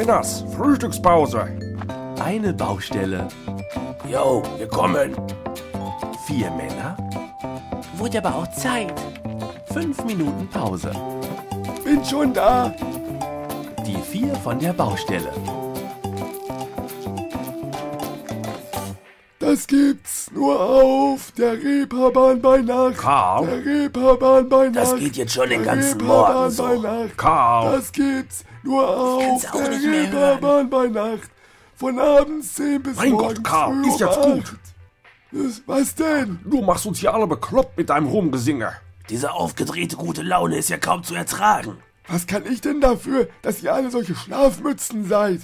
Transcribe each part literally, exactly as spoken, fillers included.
Männers, Frühstückspause. Eine Baustelle. Jo, wir kommen. Vier Männer. Wurde aber auch Zeit. Fünf Minuten Pause. Bin schon da. Die vier von der Baustelle. Das gibt's nur auf der Reeperbahn bei Nacht. Karl. Der Reeperbahn bei Nacht. Das geht jetzt schon den Der ganzen Reeperbahn Morgen so. bei Nacht. Karl. Das gibt's nur auf kann's auch der nicht mehr Reeperbahn bei Nacht. Von abends zehn bis Mein morgens Gott, Karl, früh ist jetzt um gut. acht. Das- Was denn? Du machst uns hier alle bekloppt mit deinem Rumgesinge. Diese aufgedrehte gute Laune ist ja kaum zu ertragen. Was kann ich denn dafür, dass ihr alle solche Schlafmützen seid?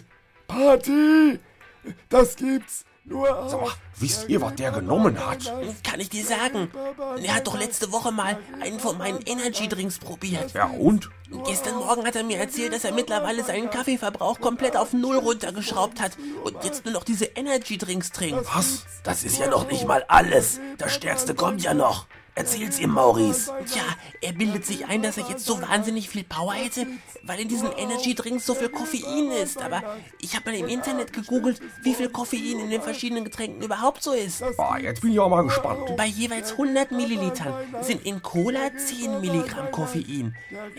Party! Das gibt's nur auf... Sag mal, wisst ihr, was der genommen hat? Kann ich dir sagen? Er hat doch letzte Woche mal einen von meinen Energy-Drinks probiert. Ja und? Gestern Morgen hat er mir erzählt, dass er mittlerweile seinen Kaffeeverbrauch komplett auf Null runtergeschraubt hat und jetzt nur noch diese Energy-Drinks trinkt. Was? Das ist ja noch nicht mal alles. Das Stärkste kommt ja noch. Erzähl's ihm, Maurice. Tja, er bildet sich ein, dass er jetzt so wahnsinnig viel Power hätte, weil in diesen Energy-Drinks so viel Koffein ist. Aber ich habe mal im Internet gegoogelt, wie viel Koffein in den verschiedenen Getränken überhaupt so ist. Ah, jetzt bin ich auch mal gespannt. Bei jeweils hundert Millilitern sind in Cola zehn Milligramm Koffein,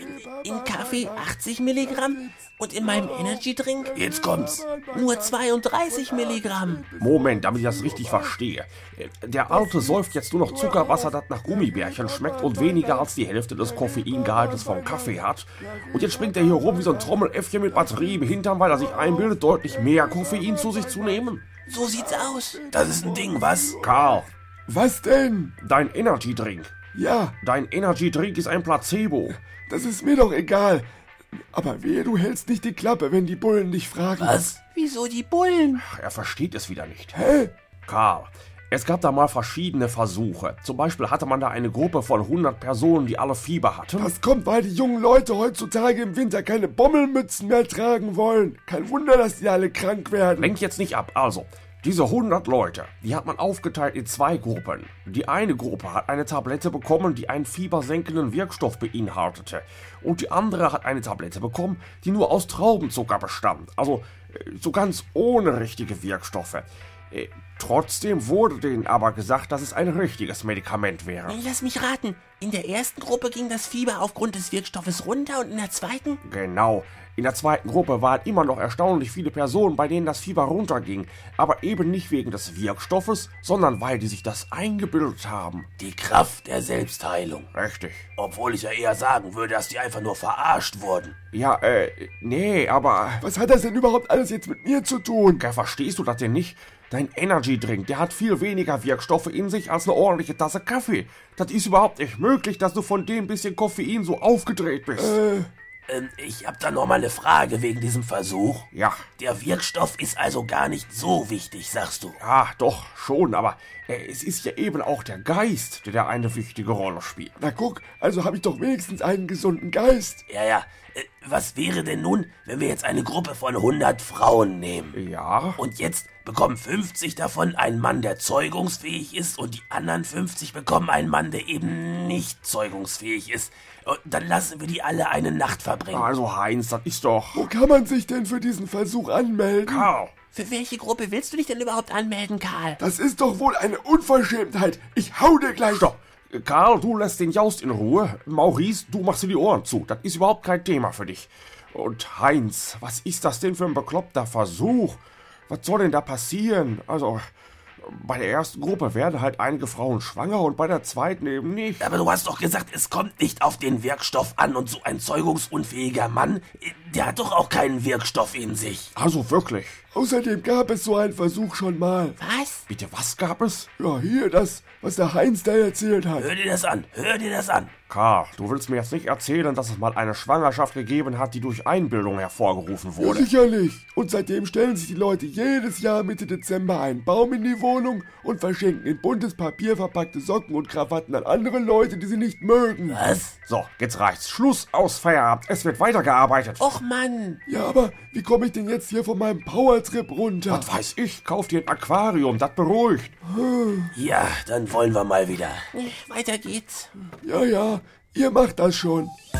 in Kaffee achtzig Milligramm und in meinem Energy-Drink, jetzt kommt's, nur zweiunddreißig Milligramm. Moment, damit ich das richtig verstehe. Der Alte säuft jetzt nur noch Zuckerwasser, das nach Gummibärchen schmeckt und weniger als die Hälfte des Koffeingehaltes vom Kaffee hat. Und jetzt springt er hier rum wie so ein Trommeläffchen mit Batterie im Hintern, weil er sich einbildet, deutlich mehr Koffein zu sich zu nehmen. So sieht's aus. Das ist ein Ding, was? Karl, Was denn? dein Energy-Drink. Ja, Dein Energy-Drink ist ein Placebo. das ist mir doch egal. Aber wehe, du hältst nicht die Klappe, wenn die Bullen dich fragen. Was? Wieso die Bullen? Ach, er versteht es wieder nicht. Hä? Karl, es gab da mal verschiedene Versuche. Zum Beispiel hatte man da eine Gruppe von hundert Personen, die alle Fieber hatten. Das kommt, weil die jungen Leute heutzutage im Winter keine Bommelmützen mehr tragen wollen. Kein Wunder, dass die alle krank werden. Lenk jetzt nicht ab. Also, diese hundert Leute, die hat man aufgeteilt in zwei Gruppen. Die eine Gruppe hat eine Tablette bekommen, die einen fiebersenkenden Wirkstoff beinhaltete. Und die andere hat eine Tablette bekommen, die nur aus Traubenzucker bestand. Also, äh, so ganz ohne richtige Wirkstoffe. Äh, Trotzdem wurde denen aber gesagt, dass es ein richtiges Medikament wäre. Lass mich raten. In der ersten Gruppe ging das Fieber aufgrund des Wirkstoffes runter und in der zweiten? Genau. In der zweiten Gruppe waren immer noch erstaunlich viele Personen, bei denen das Fieber runterging. Aber eben nicht wegen des Wirkstoffes, sondern weil die sich das eingebildet haben. Die Kraft der Selbstheilung. Richtig. Obwohl ich ja eher sagen würde, dass die einfach nur verarscht wurden. Ja, äh, nee, aber... Was hat das denn überhaupt alles jetzt mit mir zu tun? Ja, verstehst du das denn nicht? Dein Energy-Drink, der hat viel weniger Wirkstoffe in sich als eine ordentliche Tasse Kaffee. Das ist überhaupt nicht möglich, dass du von dem bisschen Koffein so aufgedreht bist. Äh, Ähm, ich hab da noch mal eine Frage wegen diesem Versuch. Ja, Der Wirkstoff ist also gar nicht so wichtig, sagst du? ja, doch, schon, aber äh, es ist ja eben auch der Geist, der da eine wichtige Rolle spielt. na guck, also habe ich doch wenigstens einen gesunden Geist. Ja, ja. Äh, was wäre denn nun, wenn wir jetzt eine Gruppe von hundert Frauen nehmen? Ja, Und jetzt bekommen fünfzig davon einen Mann, der zeugungsfähig ist, und die anderen fünfzig bekommen einen Mann, der eben nicht zeugungsfähig ist. Und dann lassen wir die alle eine Nacht verbringen. also Heinz, das ist doch... Wo kann man sich denn für diesen Versuch anmelden? Karl, Für welche Gruppe willst du dich denn überhaupt anmelden, Karl? Das ist doch wohl eine Unverschämtheit. Ich hau dir gleich... stopp. Karl, du lässt den Jaust in Ruhe. Maurice, du machst dir die Ohren zu. Das ist überhaupt kein Thema für dich. Und Heinz, was ist das denn für ein bekloppter Versuch? Was soll denn da passieren? Also, bei der ersten Gruppe werden halt einige Frauen schwanger und bei der zweiten eben nicht. Aber du hast doch gesagt, es kommt nicht auf den Wirkstoff an, und so ein zeugungsunfähiger Mann, der hat doch auch keinen Wirkstoff in sich. Also wirklich. Außerdem gab es so einen Versuch schon mal. Was? Bitte, was gab es? Ja, hier das, was der Heinz da erzählt hat. Hör dir das an, hör dir das an. Karl, du willst mir jetzt nicht erzählen, dass es mal eine Schwangerschaft gegeben hat, die durch Einbildung hervorgerufen Ja, wurde. sicherlich. Und seitdem stellen sich die Leute jedes Jahr Mitte Dezember einen Baum in die Wohnung und verschenken in buntes Papier verpackte Socken und Krawatten an andere Leute, die sie nicht mögen. Was? So, jetzt reicht's. Schluss, aus, Feierabend. Es wird weitergearbeitet. Och Mann. Ja, aber wie komme ich denn jetzt hier von meinem Powertrip runter? Was weiß ich, kauf dir ein Aquarium, das beruhigt. Ja, dann wollen wir mal wieder. Weiter geht's. Ja, ja, ihr macht das schon.